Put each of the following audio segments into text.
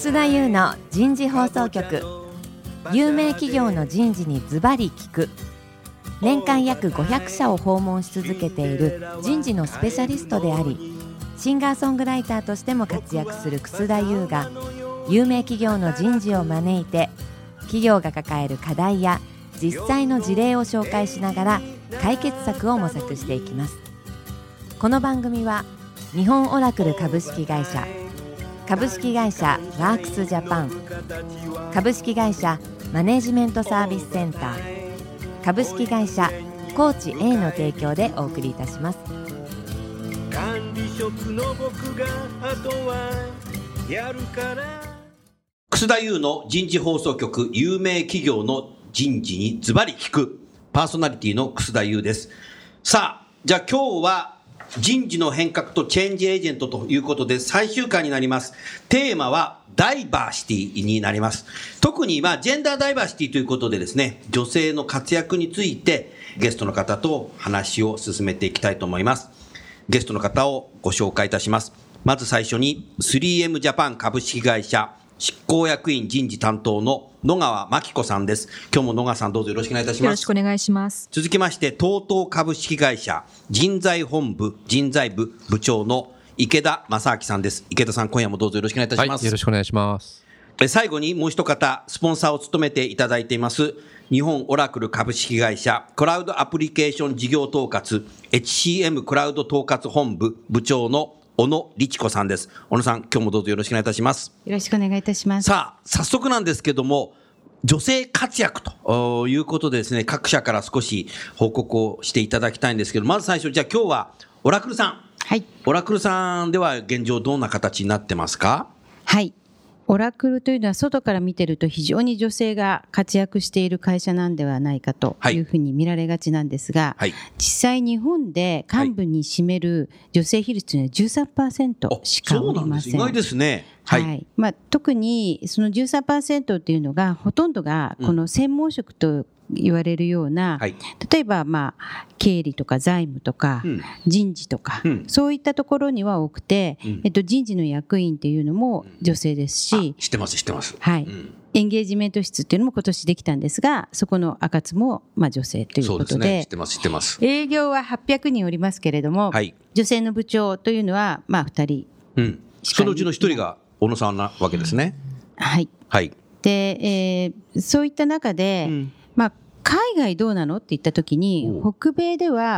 楠田優の人事放送局。有名企業の人事にズバリ聞く。年間約500社を訪問し続けている人事のスペシャリストであり、シンガーソングライターとしても活躍する楠田優が、有名企業の人事を招いて企業が抱える課題や実際の事例を紹介しながら解決策を模索していきます。この番組は日本オラクル株式会社、株式会社ワークスジャパン、株式会社マネジメントサービスセンター、株式会社コーチ A の提供でお送りいたします。 管理職の僕があとはやるから楠田優の人事放送局、有名企業の人事にズバリ聞く。パーソナリティの楠田優です。さあ、じゃあ今日は人事の変革とチェンジエージェントということで最終回になります。テーマはダイバーシティになります。特にジェンダーダイバーシティということでですね、女性の活躍についてゲストの方と話を進めていきたいと思います。ゲストの方をご紹介いたします。まず最初に 3M ジャパン株式会社執行役員人事担当の野川真紀子さんです。今日も野川さんどうぞよろしくお願いいたします。 よろしくお願いします。 続きまして TOTO 株式会社人材本部人材部部長の池田正明さんです。池田さん、今夜もどうぞよろしくお願いいたします。 はい、よろしくお願いします。 最後にもう一方スポンサーを務めていただいています日本オラクル株式会社クラウドアプリケーション事業統括 HCM クラウド統括本部部長の小野律子さんです。小野さん、今日もどうぞよろしくお願いいたします。 よろしくお願いいたします。 さあ、早速なんですけども、女性活躍ということでですね、各社から少し報告をしていただきたいんですけど、まず最初、じゃあ今日はオラクルさん。 はい。 オラクルさんでは現状どんな形になってますか？ はい。オラクルというのは外から見てると非常に女性が活躍している会社なんではないかというふうに見られがちなんですが、 はい、 実際日本で幹部に占める女性比率というのは 13% しかおりません。 そうなんです。意外ですね。 はい。特にその 13% っていうのがほとんどがこの専門職と言われるような、 はい、 例えば経理とか財務とか、人事とか、そういったところには多くて、人事の役員っていうのも女性ですし、 知ってます。 はい。エンゲージメント室っていうのも今年できたんですが、そこの赤津も女性ということで、 そうですね、知ってます。 営業は800人おりますけれども、 はい、 女性の部長というのは2人、 そのうちの1人が小野さんなわけですね。 はい。 はい。 で、そういった中で、海外どうなのって言ったときに、北米では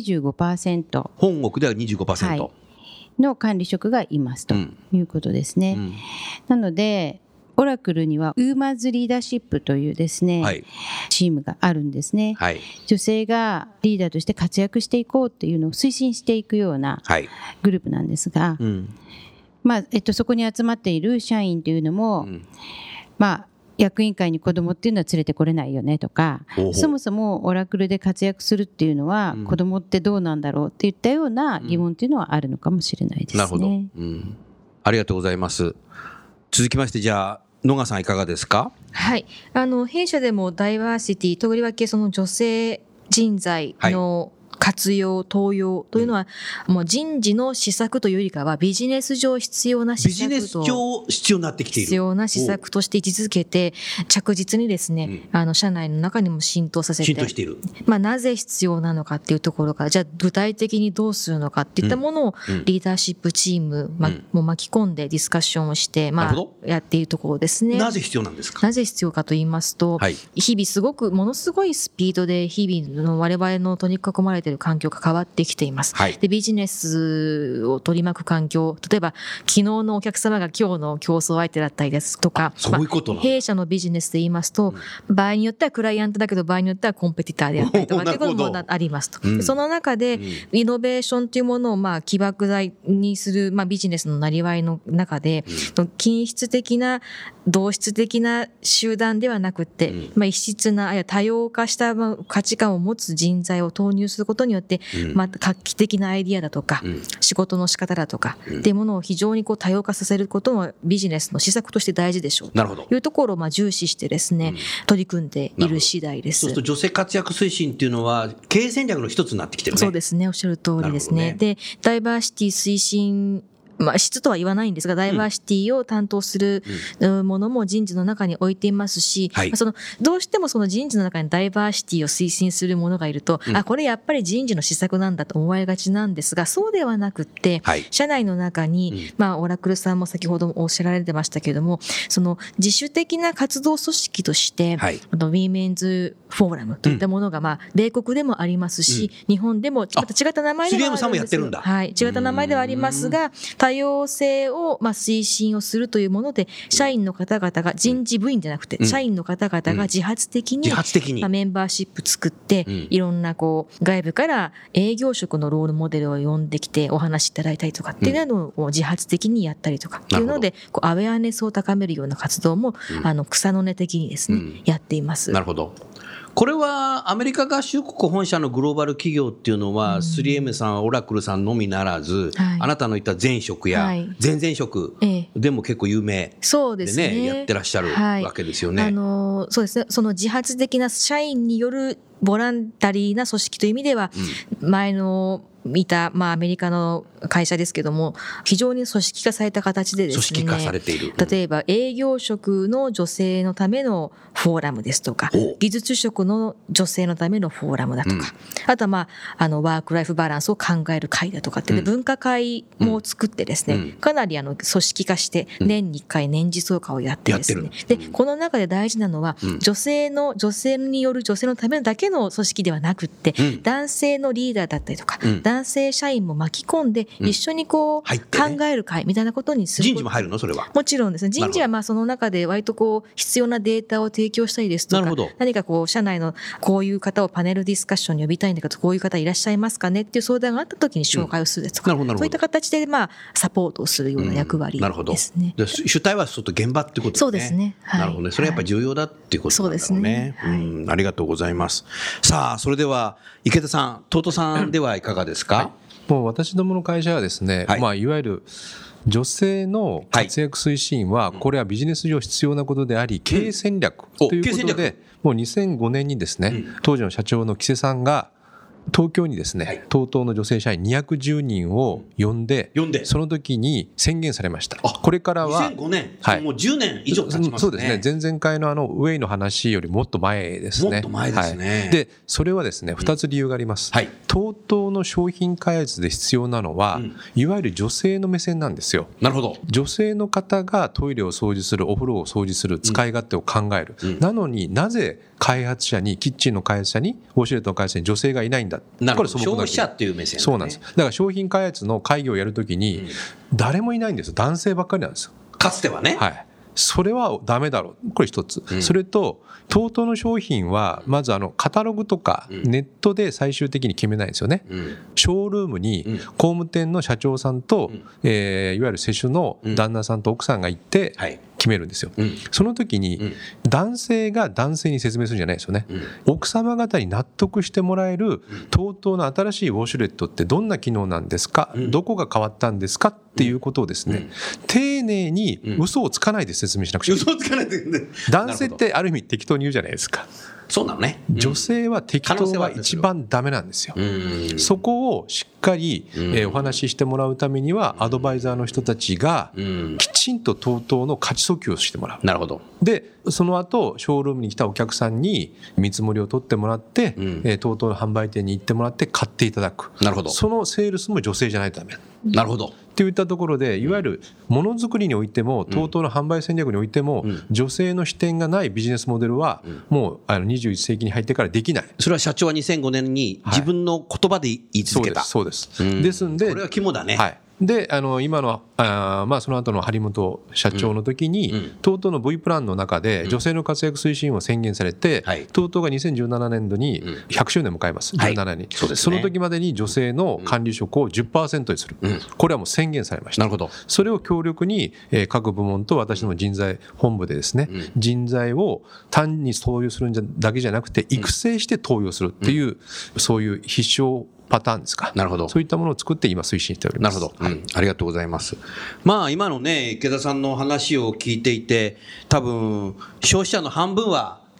25%、 本国では 25%、 はい、の管理職がいますということですね。なのでオラクルにはウーマンズリーダーシップというですね、 はい、 チームがあるんですね。 はい、 女性がリーダーとして活躍していこうっていうのを推進していくようなグループなんですが、そこに集まっている社員というのも、役員会に子供っていうのは連れてこれないよねとか、そもそもオラクルで活躍するっていうのは、子供ってどうなんだろうっていったような疑問っていうのはあるのかもしれないですね。 なるほど、ありがとうございます。続きまして、じゃあ野川さんいかがですか？ はい、弊社でもダイバーシティ、とりわけその女性人材の活用、登用というのは、もう人事の施策というよりかはビジネス上必要な施策と、 ビジネス上必要になってきている、 必要な施策として位置づけて着実にですね、社内の中にも浸透させて、 浸透している。 なぜ必要なのかっていうところから、じゃあ具体的にどうするのかっていったものをリーダーシップチームも巻き込んでディスカッションをして、やっているところですね。 なぜ必要なんですか？ なぜ必要かと言いますと、日々ものすごいスピードで日々の我々の取り囲まれている環境が変わってきています。で、ビジネスを取り巻く環境、例えば昨日のお客様が今日の競争相手だったりですとか、 そういうことなんだ。 弊社のビジネスで言いますと、場合によってはクライアントだけど場合によってはコンペティターであったりとかっていうこともありますと。その中でイノベーションというものを起爆剤にするビジネスのなりわいの中で、均質的な同質的な集団ではなくて、異質な多様化した価値観を持つ人材を投入することによって、画期的なアイディアだとか、仕事の仕方だとか、っていうものを非常に多様化させることもビジネスの施策として大事でしょうというところを重視してですね、取り組んでいる次第です。 そうすると女性活躍推進っていうのは経営戦略の一つになってきてるね。 そうですね、おっしゃる通りですね。で、ダイバーシティ推進質とは言わないんですが、ダイバーシティを担当するものも人事の中に置いていますし、どうしてもその人事の中にダイバーシティを推進するものがいると、これやっぱり人事の施策なんだと思われがちなんですが、そうではなくって、社内の中に、オラクルさんも先ほどおっしゃられてましたけれども、その自主的な活動組織として、ウィメンズフォーラムといったものが、米国でもありますし、日本でもまた違った名前ではあるんです。3M さんもやってるんだ。はい、違った名前ではありますが、多様性を推進をするというもので、社員の方々が、人事部員じゃなくて、社員の方々が自発的にメンバーシップ作って、いろんな外部から営業職のロールモデルを呼んできてお話しいただいたりとかっていうのを自発的にやったりとかっていうので、アウェアネスを高めるような活動も、草の根的にですね、やっています。 なるほど。これはアメリカ合衆国本社のグローバル企業っていうのは、3M さん、オラクルさんのみならず、あなたの言った前職や前々職でも結構有名でね、やってらっしゃるわけですよね。 そうですね。その自発的な社員によるボランタリーな組織という意味では、前の見た、アメリカの会社ですけども、非常に組織化された形でですね、 組織化されている。 例えば営業職の女性のためのフォーラムですとか、技術職の女性のためのフォーラムだとか、あとはワークライフバランスを考える会だとかって、分科会も作ってですね、かなり組織化して年に1回年次総会をやってですね、でこの中で大事なのは、女性による女性のためだけの組織ではなくって、男性のリーダーだったりとか、男性社員も巻き込んで一緒に考える会みたいなことにする。 人事も入るのそれは。 もちろんですね。人事はその中で割と必要なデータを提供したりですとか、何か社内のこういう方をパネルディスカッションに呼びたいんだけど、こういう方いらっしゃいますかねっていう相談があった時に紹介をするですとか、そういった形でサポートをするような役割ですね。 主体は現場ってことですね。そうですね。なるほどね。それはやっぱり重要だっていうことなんだろうね。ありがとうございます。さあ、それでは池田さん、東さんではいかがですか？ もう私どもの会社はですね、いわゆる女性の活躍推進は、これはビジネス上必要なことであり、経営戦略ということで、もう2005年にですね、当時の社長の木瀬さんが東京にですね、TOTOの女性社員210人を呼んで、その時に宣言されました。これからは 2005年、もう10年以上経ちますね。 そうですね。前々回のウェイの話よりもっと前ですね。 もっと前ですね。 で、それはですね、2つ理由があります。TOTOの商品開発で必要なのは、いわゆる女性の目線なんですよ。 なるほど。 女性の方がトイレを掃除する、お風呂を掃除する、使い勝手を考える。なのになぜ開発者に、キッチンの開発者に、ウォシュレットの開発者に女性がいないんだ。 これ消費者っていう目線、 そうなんです。だから商品開発の会議をやるときに、誰もいないんですよ。男性ばっかりなんですよ。 かつてはね。 それはダメだろう。これ一つ。それと、TOTOの商品は、まずカタログとかネットで最終的に決めないんですよね。ショールームに工務店の社長さんと、いわゆる施主の旦那さんと奥さんが行って決めるんですよ。その時に、男性が男性に説明するんじゃないですよね。奥様方に納得してもらえる TOTOの新しいウォシュレットってどんな機能なんですか、どこが変わったんですかっていうことをですね、丁寧に嘘をつかないで説明しなくちゃいけない。 嘘をつかないで、 男性ってある意味適当に言うじゃないですか。 そうなのね。 女性は適当は一番ダメなんですよ。そこをしっかりお話ししてもらうためには、アドバイザーの人たちがきちんと TOTOの価値訴求をしてもらう。 なるほど。 でその後ショールームに来たお客さんに見積もりを取ってもらって、TOTOの販売店に行ってもらって買っていただく。 なるほど。 そのセールスも女性じゃないとダメ。 なるほど。 っていったところで、いわゆるものづくりにおいても TOTOの販売戦略においても、女性の視点がないビジネスモデルはもう21世紀に入ってからできない。 それは社長は2005年に自分の言葉で言い続けた。 そうです。ですんで、 これは肝だね。 で今のその後の張本社長の時に、TOTOの V プランの中で女性の活躍推進を宣言されて、TOTOが2017年度に100周年を迎えます。17年に、その時までに女性の管理職を 10% にする、これはもう宣言されました。 なるほど。 それを強力に各部門と私ども人材本部でですね、人材を単に登用するだけじゃなくて育成して登用するっていう、そういう必勝パターンですか。 なるほど。 そういったものを作って今推進しております。 なるほど。ありがとうございます。今のね池田さんの話を聞いていて、多分消費者の半分は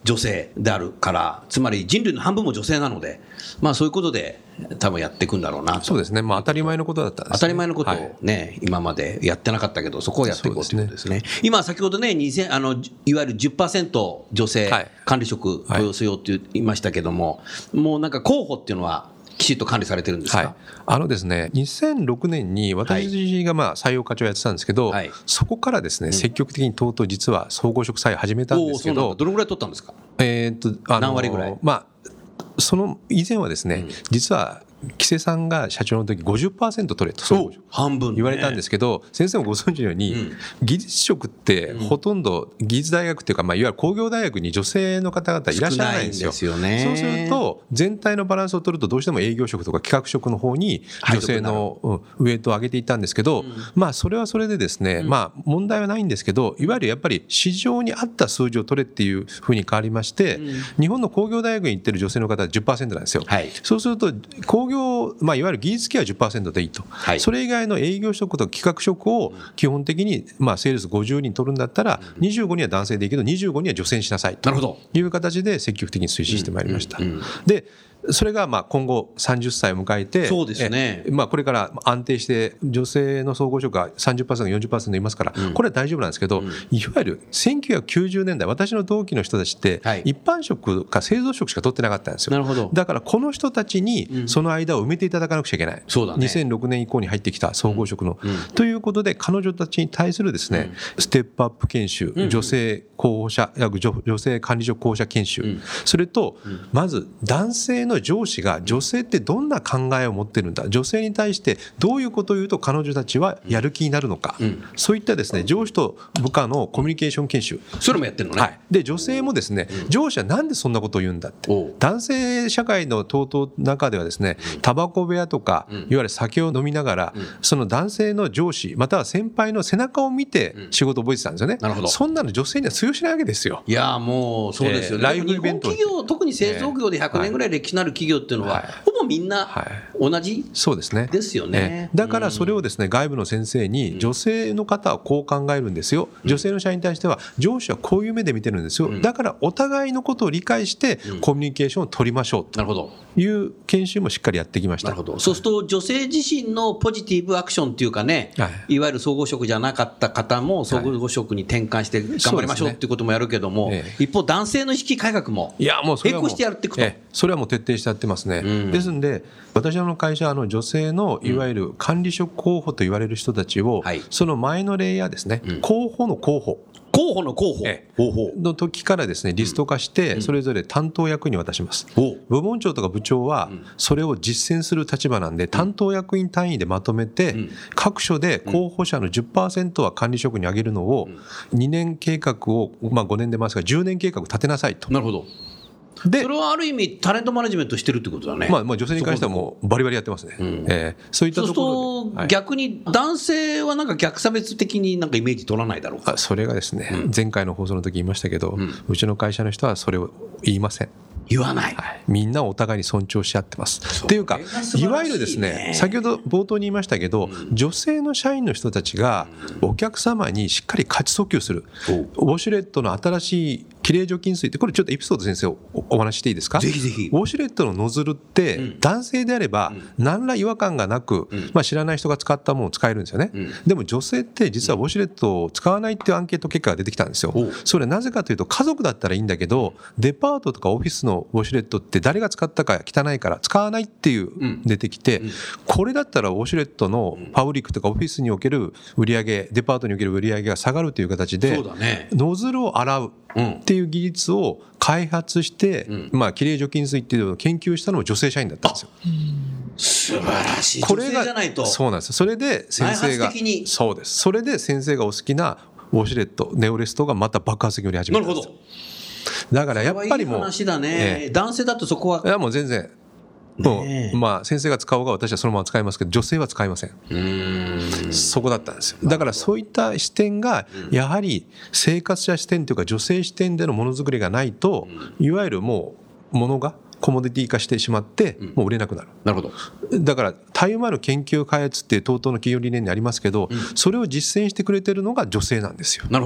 女性であるから、つまり人類の半分も女性なので、そういうことで多分やっていくんだろうなと。 そうですね、当たり前のことだったんですね。 当たり前のことをね、今までやってなかったけど、そこをやっていこうということですね。今先ほどね、いわゆる 10% 女性管理職雇用すよって言いましたけども、もうなんか候補っていうのはきちっと管理されてるんですか？ ですね、2006年に私が採用課長をやってたんですけど、そこからですね、積極的にとうとう実は総合職採用始めたんですけど、 どのぐらい取ったんですか？何割ぐらい？ その以前はですね、実は木瀬さんが社長の時 50% 取れと半分言われたんですけど、先生もご存知のように、技術職ってほとんど技術大学っていうか、いわゆる工業大学に女性の方々いらっしゃらないんですよ。そうすると全体のバランスを取るとどうしても営業職とか企画職の方に女性のウエイトを上げていったんですけど、それはそれでですね、問題はないんですけど、いわゆるやっぱり市場に合った数字を取れっていうふうに変わりまして、日本の工業大学に行ってる女性の方は 10% なんですよ。そうすると工業、いわゆる技術系は 10% でいいと、それ以外の営業職と企画職を基本的に、セールス50人取るんだったら、25人は男性でいいけど25人は女性にしなさいという形で積極的に推進してまいりました。でそれが今後30歳を迎えて、 そうですね、 これから安定して女性の総合職が 30%、40% いますから、これは大丈夫なんですけど、いわゆる1990年代、私の同期の人たちって一般職か製造職しか取ってなかったんですよ。 なるほど。 だからこの人たちにその間を埋めていただかなくちゃいけない、2006年以降に入ってきた総合職の、ということで彼女たちに対するですね、ステップアップ研修、女性候補者、女性管理職候補者研修、それとまず男性の上司が女性ってどんな考えを持ってるんだ、女性に対してどういうことを言うと彼女たちはやる気になるのか、そういったですね、上司と部下のコミュニケーション研修、 それもやってるのね。 で女性もですね、上司はなんでそんなことを言うんだって、男性社会の中ではですね、タバコ部屋とかいわゆる酒を飲みながら、その男性の上司または先輩の背中を見て仕事を覚えてたんですよね。そんなの女性には通用しないわけですよ。 いやもうそうですよね。 ライフイベント、 日本企業、特に製造業で100年ぐらい歴史のある企業っていうのは、ほぼみんな同じですよね。 だからそれをですね、外部の先生に女性の方はこう考えるんですよ、女性の社員に対しては上司はこういう目で見てるんですよ、だからお互いのことを理解してコミュニケーションを取りましょうという研修もしっかりやってきました。 なるほど。そうすると女性自身のポジティブアクションっていうかね、いわゆる総合職じゃなかった方も総合職に転換して頑張りましょうっていうこともやるけども、一方男性の意識改革も並行してやっていくと、 それはもう徹底してやってますね。ですので私の会社は女性のいわゆる管理職候補と言われる人たちを、その前のレイヤーですね、候補の候補の時からですね、リスト化してそれぞれ担当役に渡します。部門長とか部長はそれを実践する立場なんで、担当役員単位でまとめて各所で候補者の 10% は管理職に上げるのを2年計画を5年で回すから10年計画立てなさいと。 なるほど。でそれはある意味タレントマネジメントしてるってことだね。 女性に関してはもうバリバリやってますね。そういったところで。 そうすると逆に男性はなんか逆差別的になんかイメージ取らないだろうか。 それがですね、前回の放送の時言いましたけど、うちの会社の人はそれを言いません。 言わない、 みんなお互いに尊重し合ってます。っていうか、いわゆるですね、先ほど冒頭に言いましたけど、女性の社員の人たちがお客様にしっかり価値訴求する、ウォシュレットの新しいきれい除菌水って、これちょっとエピソード先生 お話ししていいですか？ ぜひぜひ。 ウォシュレットのノズルって男性であれば何ら違和感がなく、知らない人が使ったものを使えるんですよね。でも女性って実はウォシュレットを使わないっていうアンケート結果が出てきたんですよ。それはなぜかというと、家族だったらいいんだけどデパートとかオフィスのウォシュレットって誰が使ったか汚いから使わないっていう出てきて、これだったらウォシュレットのパブリックとかオフィスにおける売り上げ、デパートにおける売り上げが下がるという形で、ノズルを洗うっていう技術を開発して、きれい除菌水っていうのを研究したのも女性社員だったんですよ。 素晴らしい。女性じゃないと。 そうなんです。それで先生が、そうです。それで先生がお好きなウォシュレット、ネオレストがまた爆発的に売り始めたんですよ。なるほど。だからやっぱりもう、いい話だね。男性だとそこは、いやもう全然、先生が使おうが私はそのまま使いますけど、女性は使いません。そこだったんですよ。だからそういった視点がやはり生活者視点というか女性視点でのものづくりがないと、いわゆるもうものがコモディティ化してしまってもう売れなくなる。 なるほど。 だからたゆまぬ研究開発っていう TOTO の企業理念にありますけど、それを実践してくれてるのが女性なんですよ。 なるほど。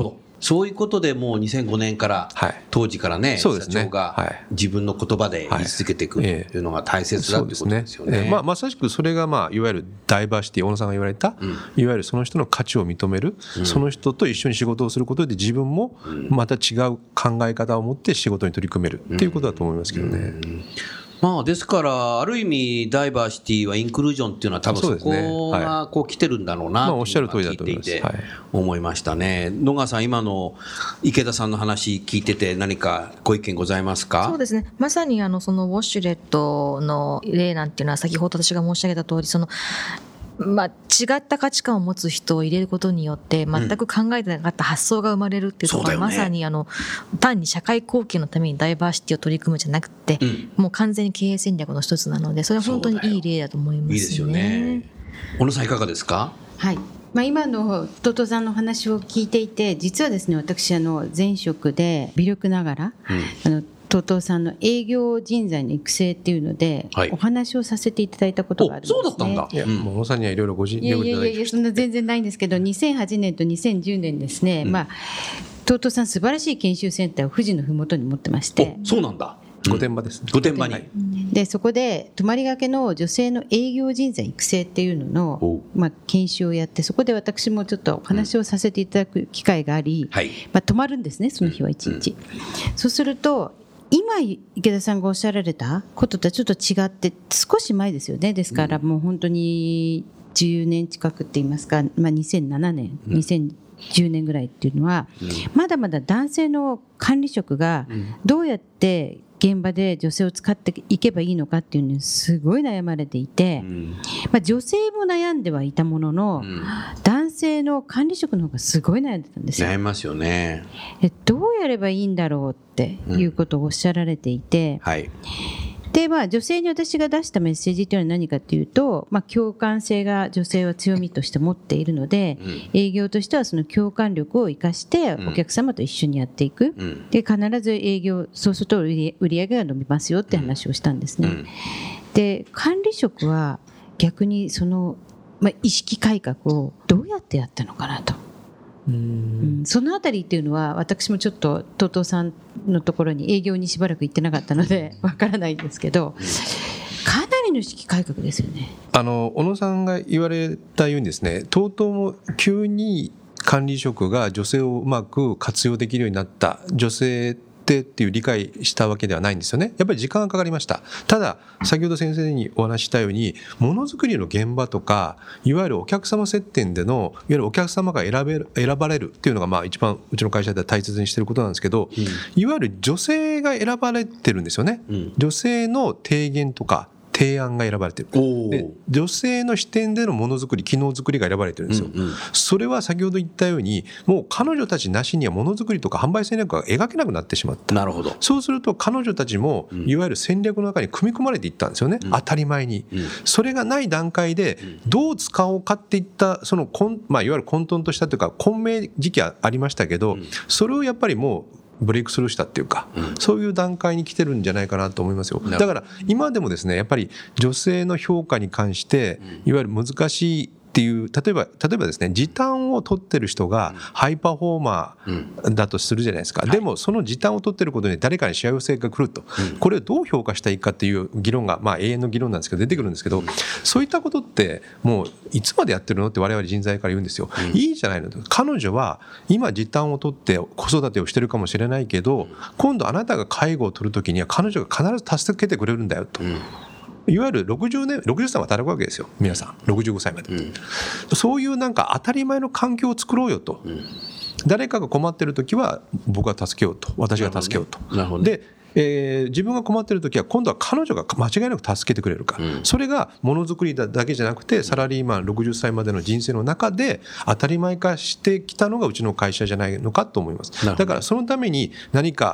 そういうことでもう2005年から、当時からね、社長が自分の言葉で言い続けていくというのが大切だということですよね。 まさしくそれが、いわゆるダイバーシティ、小野さんが言われた、いわゆるその人の価値を認める、その人と一緒に仕事をすることで自分もまた違う考え方を持って仕事に取り組めるっていうことだと思いますけどね。 ですからある意味ダイバーシティはインクルージョンっていうのは多分そこがこう来てるんだろうなと聞いていて思いましたね。野川さん、今の池田さんの話聞いてて何かご意見ございますか？ そうですね、まさにそのウォシュレットの例なんていうのは先ほど私が申し上げた通り、違った価値観を持つ人を入れることによって全く考えてなかった発想が生まれるっていうところが、まさに単に社会貢献のためにダイバーシティを取り組むんじゃなくて、もう完全に経営戦略の一つなので、それは本当にいい例だと思いますね。 いいですよね。小野さんいかがですか？ はい、今のトトさんの話を聞いていて、実はですね、私前職で微力ながら、トトさんの営業人材の育成っていうので、お話をさせていただいたことがあるんですね。 そうだったんだ。 いや、もう小野さんにはいろいろご尽力いただきました。 そんな全然ないんですけど、2008年と2010年ですね、トトさん素晴らしい研修センターを富士のふもとに持ってまして。 そうなんだ。 御殿場ですね。 御殿場に。 でそこで泊まりがけの女性の営業人材育成っていうのの、研修をやって、そこで私もちょっとお話をさせていただく機会があり、泊まるんですね、その日は一日。そうすると今池田さんがおっしゃられたこととはちょっと違って、少し前ですよね。ですからもう本当に10年近くって言いますか、2007年、2010年ぐらいっていうのは、まだまだ男性の管理職がどうやって現場で女性を使っていけばいいのかっていうのにすごい悩まれていて、女性も悩んではいたものの、男性の管理職の方がすごい悩んでたんですよ。 悩みますよね。 どうやればいいんだろうっていうことをおっしゃられていて、で女性に私が出したメッセージというのは何かというと、共感性が女性は強みとして持っているので、営業としてはその共感力を生かしてお客様と一緒にやっていく、で必ず営業、そうすると売り上げが伸びますよって話をしたんですね。で管理職は逆にその、意識改革をどうやってやったのかなと。そのあたりっていうのは私もちょっとTOTOさんのところに営業にしばらく行ってなかったのでわからないんですけど、かなりの意識改革ですよね。 小野さんが言われたようにですね、TOTOも急に管理職が女性をうまく活用できるようになった、女性っていう理解したわけではないんですよね。やっぱり時間がかかりました。ただ先ほど先生にお話ししたように、ものづくりの現場とか、いわゆるお客様接点での、いわゆるお客様が選ばれるっていうのが一番うちの会社では大切にしていることなんですけど、いわゆる女性が選ばれてるんですよね。女性の提言とか提案が選ばれている。で女性の視点でのものづくり、機能づくりが選ばれてるんですよ。それは先ほど言ったように、もう彼女たちなしにはものづくりとか販売戦略が描けなくなってしまった。 なるほど。 そうすると彼女たちもいわゆる戦略の中に組み込まれていったんですよね、当たり前に。それがない段階でどう使おうかっていったそのいわゆる混沌としたというか混迷時期はありましたけど、それをやっぱりもうブレイクスルーしたっていうか、そういう段階に来てるんじゃないかなと思いますよ。だから今でもですね、やっぱり女性の評価に関していわゆる難しいっていう、例えばですね、時短を取ってる人がハイパフォーマーだとするじゃないですか。でもその時短を取ってることで誰かに幸せが来ると、これをどう評価したらいいかっていう議論が永遠の議論なんですけど出てくるんですけど、そういったことってもういつまでやってるのって我々人材から言うんですよ。いいじゃないのと。彼女は今時短を取って子育てをしてるかもしれないけど、今度あなたが介護を取るときには彼女が必ず助けてくれるんだよと。いわゆる60歳は働くわけですよ、皆さん65歳まで、そういうなんか当たり前の環境を作ろうよと、誰かが困ってるときは僕が助けようと、私が助けようと。で自分が困ってるときは今度は彼女が間違いなく助けてくれるか、それがものづくりだけじゃなくてサラリーマン60歳までの人生の中で当たり前化してきたのがうちの会社じゃないのかと思います。だからそのために何か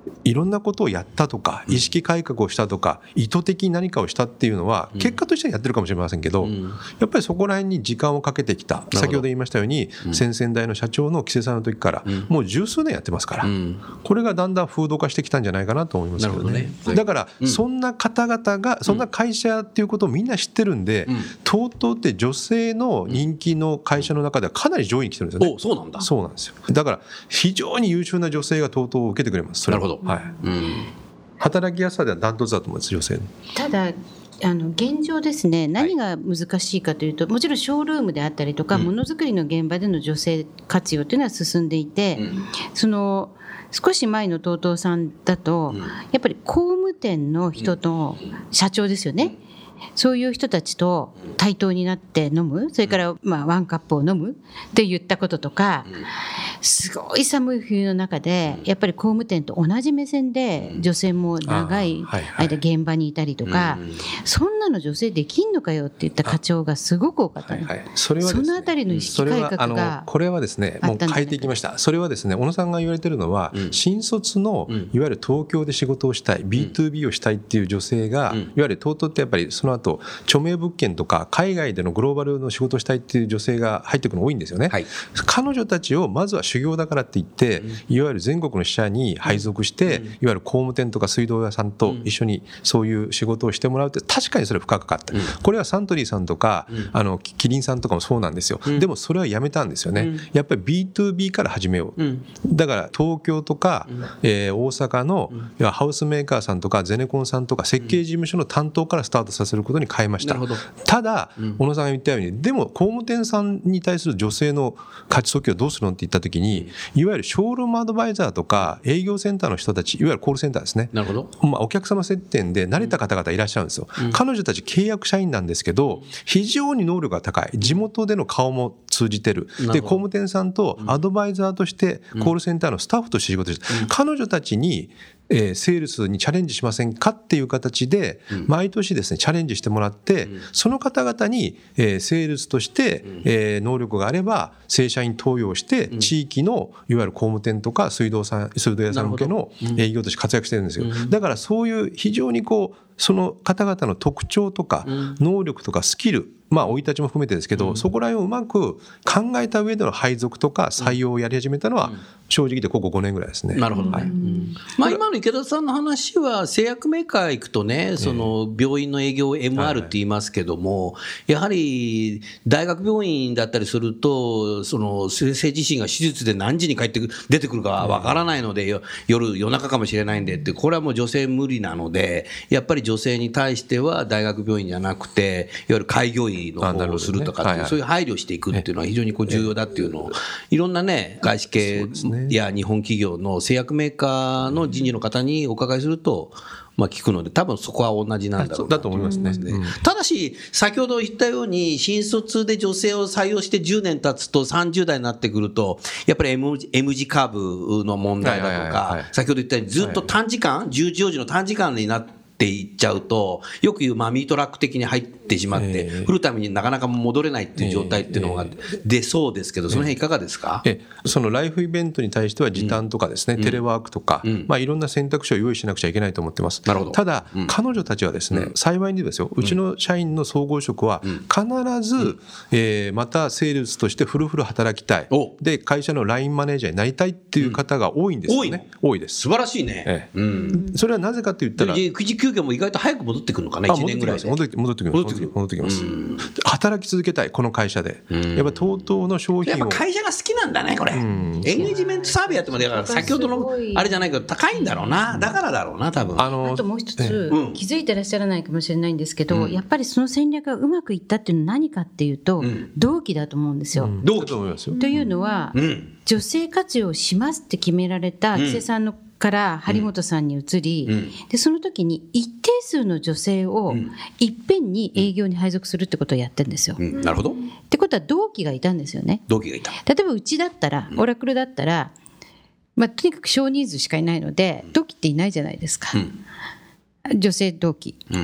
いろんなことをやったとか意識改革をしたとか意図的に何かをしたっていうのは結果としてはやってるかもしれませんけど、やっぱりそこら辺に時間をかけてきた。先ほど言いましたように先々代の社長の木瀬さんの時からもう十数年やってますから、これがだんだん風土化してきたんじゃないかなと思いますけどね。だからそんな方々がそんな会社っていうことをみんな知ってるんで、TOTOって女性の人気の会社の中ではかなり上位に来てるんですよね。 そうなんだ。 そうなんですよ。だから非常に優秀な女性がTOTOを受けてくれます。 なるほど。 はい、働きやすさではダントツだと思います、女性の。 ただ現状ですね、何が難しいかというと、もちろんショールームであったりとか、ものづくりの現場での女性活用というのは進んでいて、少し前のTOTOさんだと、やっぱり工務店の人と社長ですよね、そういう人たちと対等になって飲む、それからワンカップを飲むって言ったこととか、すごい寒い冬の中でやっぱり工務店と同じ目線で女性も長い間現場にいたりとか、そんなの女性できんのかよって言った課長がすごく多かった。そのあたりの意識改革がこれはですね、もう変えていきました。それはですね、小野さんが言われてるのは、新卒のいわゆる東京で仕事をしたい B2B をしたいっていう女性が、いわゆるTOTOってやっぱりその後著名物件とか海外でのグローバルの仕事をしたいっていう女性が入ってくるの多いんですよね。彼女たちをまずは修行だからって言って、いわゆる全国の支社に配属して、いわゆる工務店とか水道屋さんと一緒にそういう仕事をしてもらうって、確かにそれは深かった。これはサントリーさんとかキリンさんとかもそうなんですよ。でもそれはやめたんですよね。やっぱり B2B から始めよう。だから東京とか大阪のハウスメーカーさんとかゼネコンさんとか設計事務所の担当からスタートさせることに変えました。ただ小野さんが言ったように、でも工務店さんに対する女性の価値訴求をどうするのって言った時に、いわゆるショールームアドバイザーとか営業センターの人たち、いわゆるコールセンターですね。お客様接点で慣れた方々いらっしゃるんですよ。彼女たち契約社員なんですけど、非常に能力が高い。地元での顔も通じてる。で工務店さんとアドバイザーとしてコールセンターのスタッフとして仕事して、彼女たちにセールスにチャレンジしませんかっていう形で毎年ですねチャレンジしてもらって、その方々にセールスとして能力があれば正社員登用して地域のいわゆる工務店とか水道屋さん向けの営業として活躍してるんですよ。だからそういう非常にその方々の特徴とか能力とかスキル、生い立ちも含めてですけど、そこら辺をうまく考えた上での配属とか採用をやり始めたのは正直でここ5年ぐらいですね。 なるほどね。今の池田さんの話は製薬メーカー行くとね、その病院の営業を MR って言いますけども、やはり大学病院だったりすると、その先生自身が手術で何時に出てくるかわからないので、夜中かもしれないんでって、これはもう女性無理なので、やっぱり女性に対しては大学病院じゃなくて、いわゆる開業医の方をするとかっていう、そういう配慮していくっていうのは非常に重要だっていうのを、いろんなね、外資系や日本企業の製薬メーカーの人事の方にお伺いすると、聞くので、多分そこは同じなんだろうなと思いますね。ただし先ほど言ったように、新卒で女性を採用して10年経つと30代になってくると、やっぱり M 字カーブの問題だとか、先ほど言ったようにずっと短時間、10時の短時間になっていっちゃうと、よく言うミートラック的に入ってしまって、フルタイムになかなか戻れないっていう状態っていうのが出そうですけど、その辺いかがですか？ そのライフイベントに対しては時短とかですね、テレワークとか、いろんな選択肢を用意しなくちゃいけないと思ってます。ただ、彼女たちはですね、幸いにですよ、うちの社員の総合職は必ず、またセールスとしてフルフル働きたい、で会社のラインマネージャーになりたいっていう方が多いんですよね。多いです。 素晴らしいね。 それはなぜかと言ったら、 育児休業も意外と早く戻ってくるのかな、1年ぐらいで。戻ってきます。働き続けたい、この会社で。やっぱTOTOの商品を、 やっぱ会社が好きなんだね、これ。エンゲージメントサーベイやっても、だから先ほどのあれじゃないけど高いんだろうな。だからだろうな、多分。 あともう一つ、気づいてらっしゃらないかもしれないんですけど、やっぱりその戦略がうまくいったっていうのは何かっていうと、同期だと思うんですよ。 同期と思いますよ。 というのは、女性活用しますって決められた木瀬さんのから張本さんに移り、でその時に一定数の女性をいっぺんに営業に配属するってことをやってるんですよ。 なるほど。 ってことは同期がいたんですよね。 同期がいた。 例えばうちだったら、オラクルだったら、とにかく少人数しかいないので同期っていないじゃないですか、女性同期、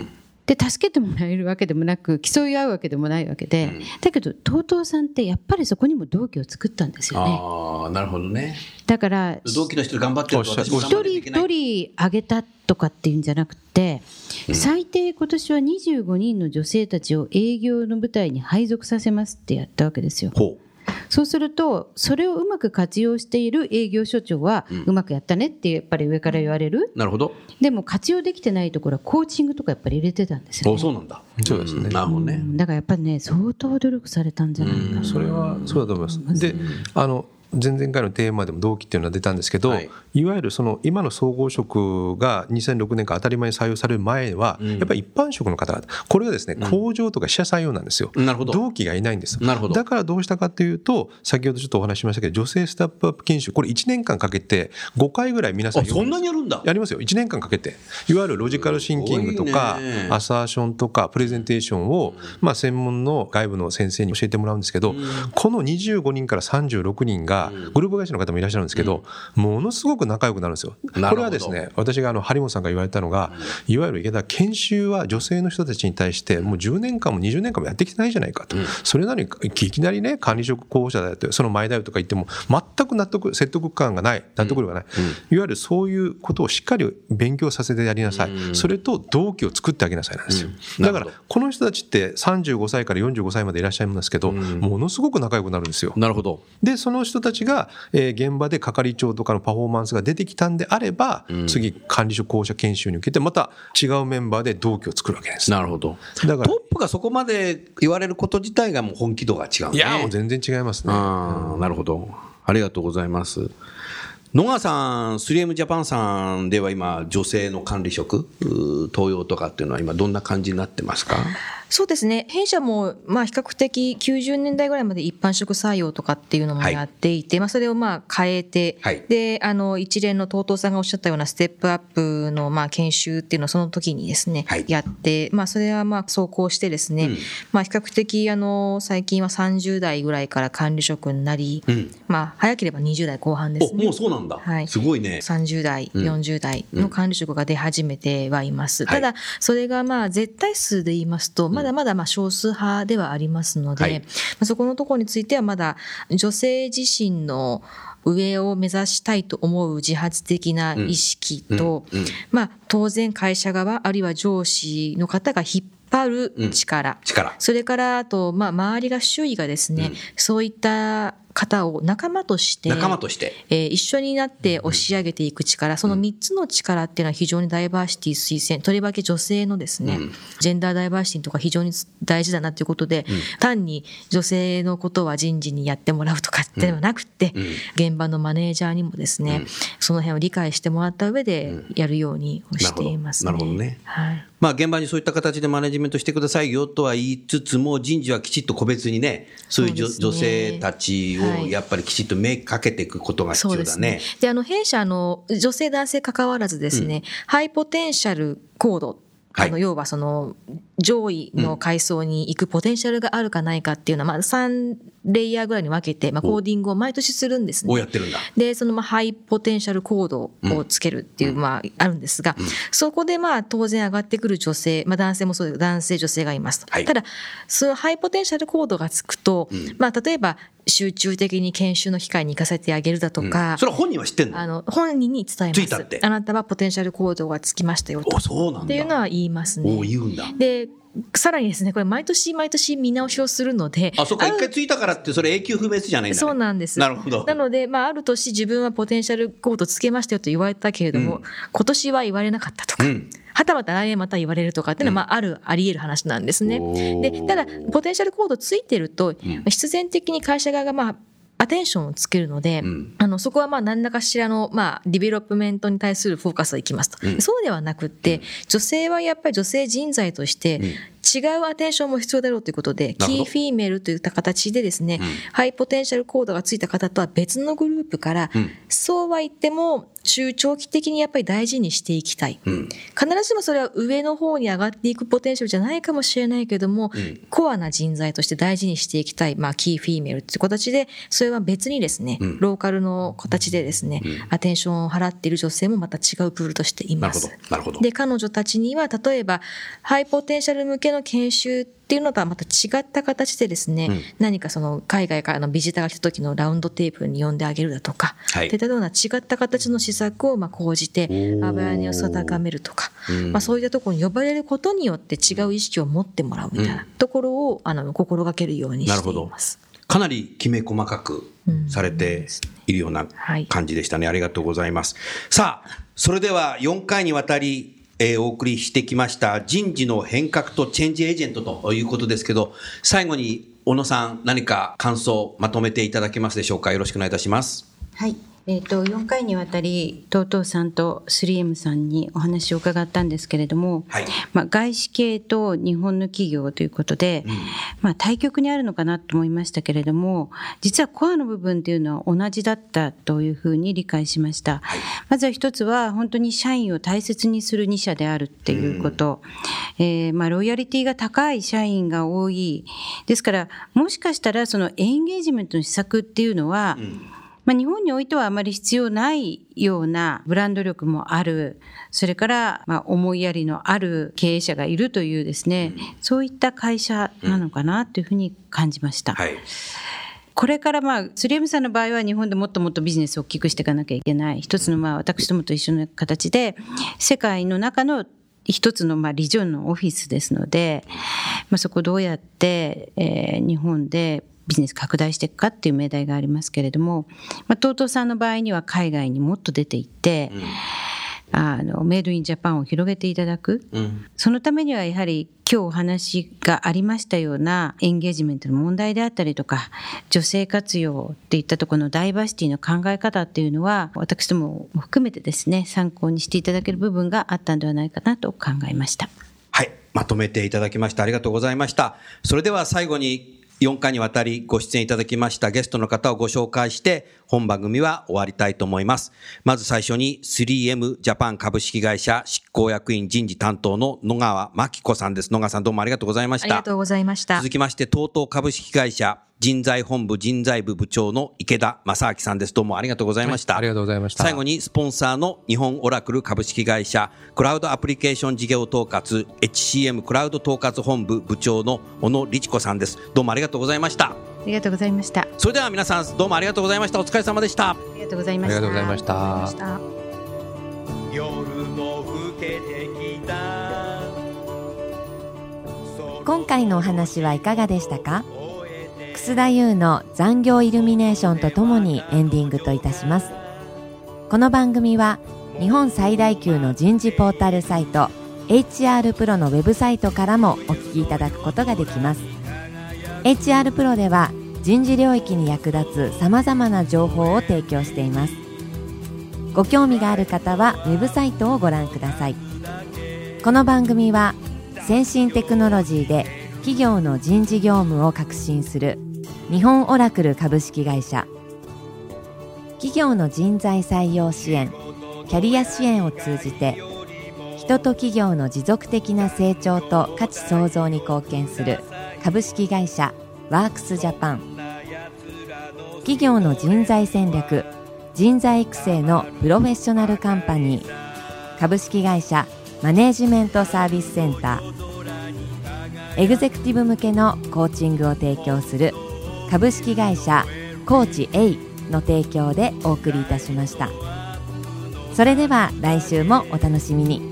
で助けてもらえるわけでもなく競い合うわけでもないわけで、だけど TOTO さんってやっぱりそこにも同期を作ったんですよね。 ああ、なるほどね。 だから同期の人頑張ってると私も一頑張らなきゃいけない。 人一人あげたとかっていうんじゃなくて、最低今年は25人の女性たちを営業の舞台に配属させますってやったわけですよ。 ほう。 そうするとそれをうまく活用している営業所長はうまくやったねってやっぱり上から言われる。 なるほど。 でも活用できてないところはコーチングとかやっぱり入れてたんですよね。 そうなんだ。 そうですね。 なるほどね。 だからやっぱりね相当努力されたんじゃないかな。 それはそうだと思います。で、前々回のテーマでも同期っていうのは出たんですけど、いわゆるその今の総合職が2006年から当たり前に採用される前は、やっぱり一般職の方々、これはですね、工場とか社採用なんですよ。 なるほど。 同期がいないんです。 なるほど。 だからどうしたかというと、先ほどちょっとお話ししましたけど、女性スタップアップ研修、これ1年間かけて5回ぐらい皆さんそんなにやるんだ。 やりますよ。1年間かけて、いわゆるロジカルシンキングとかアサーションとかプレゼンテーションを、専門の外部の先生に教えてもらうんですけど、この25人から36人がグループ会社の方もいらっしゃるんですけど、ものすごく仲良くなるんですよ。これはですね、私が張本さんが言われたのが、いわゆる池田研修は女性の人たちに対してもう10年間も20年間もやってきてないじゃないかと、それなのにいきなりね管理職候補者だよとその前だよとか言っても全く説得感がない、納得力がない、いわゆるそういうことをしっかり勉強させてやりなさい、それと同期を作ってあげなさいなんですよ。だからこの人たちって35歳から45歳までいらっしゃいますけど、ものすごく仲良くなるんですよ。 なるほど。 でその人たちが現場で係長とかのパフォーマンスが出てきたんであれば、次管理職候補者研修に受けてまた違うメンバーで同期を作るわけです。 なるほど。 だからトップがそこまで言われること自体がもう本気度が違うね。 いやもう全然違いますね。 なるほど。ありがとうございます。野川さん、3M ジャパンさんでは今女性の管理職登用とかっていうのは今どんな感じになってますか？ そうですね。弊社も比較的90年代ぐらいまで一般職採用とかっていうのもやっていて、それを変えて、で一連のTOTOさんがおっしゃったようなステップアップの研修っていうのをその時にですね、やって、それは走行してですね、比較的最近は30代ぐらいから管理職になり、早ければ20代後半ですね。 もうそうなんだ。すごいね。 30代、40代の管理職が出始めてはいます。ただそれが絶対数で言いますとまだまだ少数派ではありますので、そこのところについてはまだ女性自身の上を目指したいと思う自発的な意識と、当然会社側あるいは上司の方が引っ張る力、それからあと周りが周囲がですね、そういった方を仲間として一緒になって押し上げていく力、その3つの力っていうのは非常にダイバーシティ推薦、とりわけ女性のですね、ジェンダーダイバーシティとか非常に大事だなということで、単に女性のことは人事にやってもらうとかではなくて、現場のマネージャーにもですね、その辺を理解してもらった上でやるようにしていますね。 なるほどね。現場にそういった形でマネジメントしてくださいよとは言いつつも、人事はきちっと個別にね、そういう女性たちをやっぱりきちっと目かけていくことが必要だね。 で弊社女性男性関わらずですね、ハイポテンシャルコード、要はその上位の階層に行くポテンシャルがあるかないかっていうのは3レイヤーぐらいに分けてコーディングを毎年するんですね。 やってるんだ。 でそのハイポテンシャルコードをつけるっていうあるんですが、そこで当然上がってくる女性、男性もそうですけど男性女性がいますと。ただそのハイポテンシャルコードがつくと、例えば集中的に研修の機会に行かせてあげるだとか、 それは本人は知ってんの？ 本人に伝えます。 ついたって。 あなたはポテンシャルコードがつきましたよと。 そうなんだ。 っていうのは言いますね。 言うんだ。 でさらにですね、これ毎年毎年見直しをするので、 そうか、一回ついたからってそれ永久不滅じゃないんだね。 そうなんです。 なるほど。 なのである年自分はポテンシャルコードつけましたよと言われたけれども、今年は言われなかったとか、はたまた来年また言われるとかっていうのはあり得る話なんですね。でただポテンシャルコードついてると、必然的に会社側がアテンションをつけるので、そこは何らかしらのディベロップメントに対するフォーカスがいきますと、そうではなくって、女性はやっぱり女性人材として違うアテンションも必要だろうということで、キーフィーメールといった形でですね、ハイポテンシャルコードがついた方とは別のグループから、そうは言っても中長期的にやっぱり大事にしていきたい。必ずしもそれは上の方に上がっていくポテンシャルじゃないかもしれないけども、コアな人材として大事にしていきたい、キーフィーメールという形で、それは別にですね、ローカルの形でですね、アテンションを払っている女性もまた違うプールとしています。 なるほど。 で、彼女たちには例えばハイポテンシャル向けの研修っていうのとはまた違った形でですね、何かその海外からのビジターが来た時のラウンドテーブルに呼んであげるだとか、といったような違った形の施策を講じてアワーネスを高めるとか、そういったところに呼ばれることによって違う意識を持ってもらうみたいなところを心がけるようにしています。 かなりきめ細かくされているような感じでしたね。ありがとうございます。さあ、それでは4回にわたりお送りしてきました人事の変革とチェンジエージェントということですけど、最後に小野さん、何か感想まとめていただけますでしょうか。よろしくお願いいたします。 はい。4回にわたり TOTO さんと 3M さんにお話を伺ったんですけれども、外資系と日本の企業ということで、対極にあるのかなと思いましたけれども、実はコアの部分というのは同じだったというふうに理解しました。まずは一つは本当に社員を大切にする2社であるっていうこと、ロイヤリティが高い社員が多いですから、もしかしたらそのエンゲージメントの施策っていうのは、日本においてはあまり必要ないようなブランド力もある、それから思いやりのある経営者がいるというですね、そういった会社なのかなというふうに感じました。これから3M さんの場合は日本でもっともっとビジネスを大きくしていかなきゃいけない、一つの私どもと一緒の形で世界の中の一つのリジョンのオフィスですので、そこをどうやって、日本でビジネス拡大していくかっていう命題がありますけれども、TOTOさんの場合には海外にもっと出ていって、メイドインジャパンを広げていただく、そのためにはやはり今日お話がありましたようなエンゲージメントの問題であったりとか、女性活用っていったところのダイバーシティの考え方っていうのは、私どもも含めてですね、参考にしていただける部分があったんではないかなと考えました。 はい、まとめていただきました。ありがとうございました。それでは最後に4回にわたりご出演いただきましたゲストの方をご紹介して本番組は終わりたいと思います。まず最初に 3M ジャパン株式会社執行役員人事担当の野川真紀子さんです。野川さん、どうもありがとうございました。 ありがとうございました。 続きまして TOTO 株式会社人材本部人材部部長の池田正明さんです。どうもありがとうございました。 ありがとうございました。 最後にスポンサーの日本オラクル株式会社クラウドアプリケーション事業統括 HCM クラウド統括本部部長の小野律子さんです。どうもありがとうございました。 ありがとうございました。 それでは皆さん、どうもありがとうございました。お疲れ様でした。 ありがとうございました。 ありがとうございました。 夜も更けてきた。 今回のお話はいかがでしたか？楠田優の残業イルミネーションとともにエンディングといたします。この番組は日本最大級の人事ポータルサイト HR プロのウェブサイトからもお聞きいただくことができます。 HR プロでは人事領域に役立つさまざまな情報を提供しています。ご興味がある方はウェブサイトをご覧ください。この番組は先進テクノロジーで企業の人事業務を革新する日本オラクル株式会社、企業の人材採用支援、キャリア支援を通じて人と企業の持続的な成長と価値創造に貢献する株式会社ワークスジャパン、企業の人材戦略、人材育成のプロフェッショナルカンパニー、株式会社マネージメントサービスセンター、エグゼクティブ向けのコーチングを提供する株式会社コーチ A の提供でお送りいたしました。それでは来週もお楽しみに。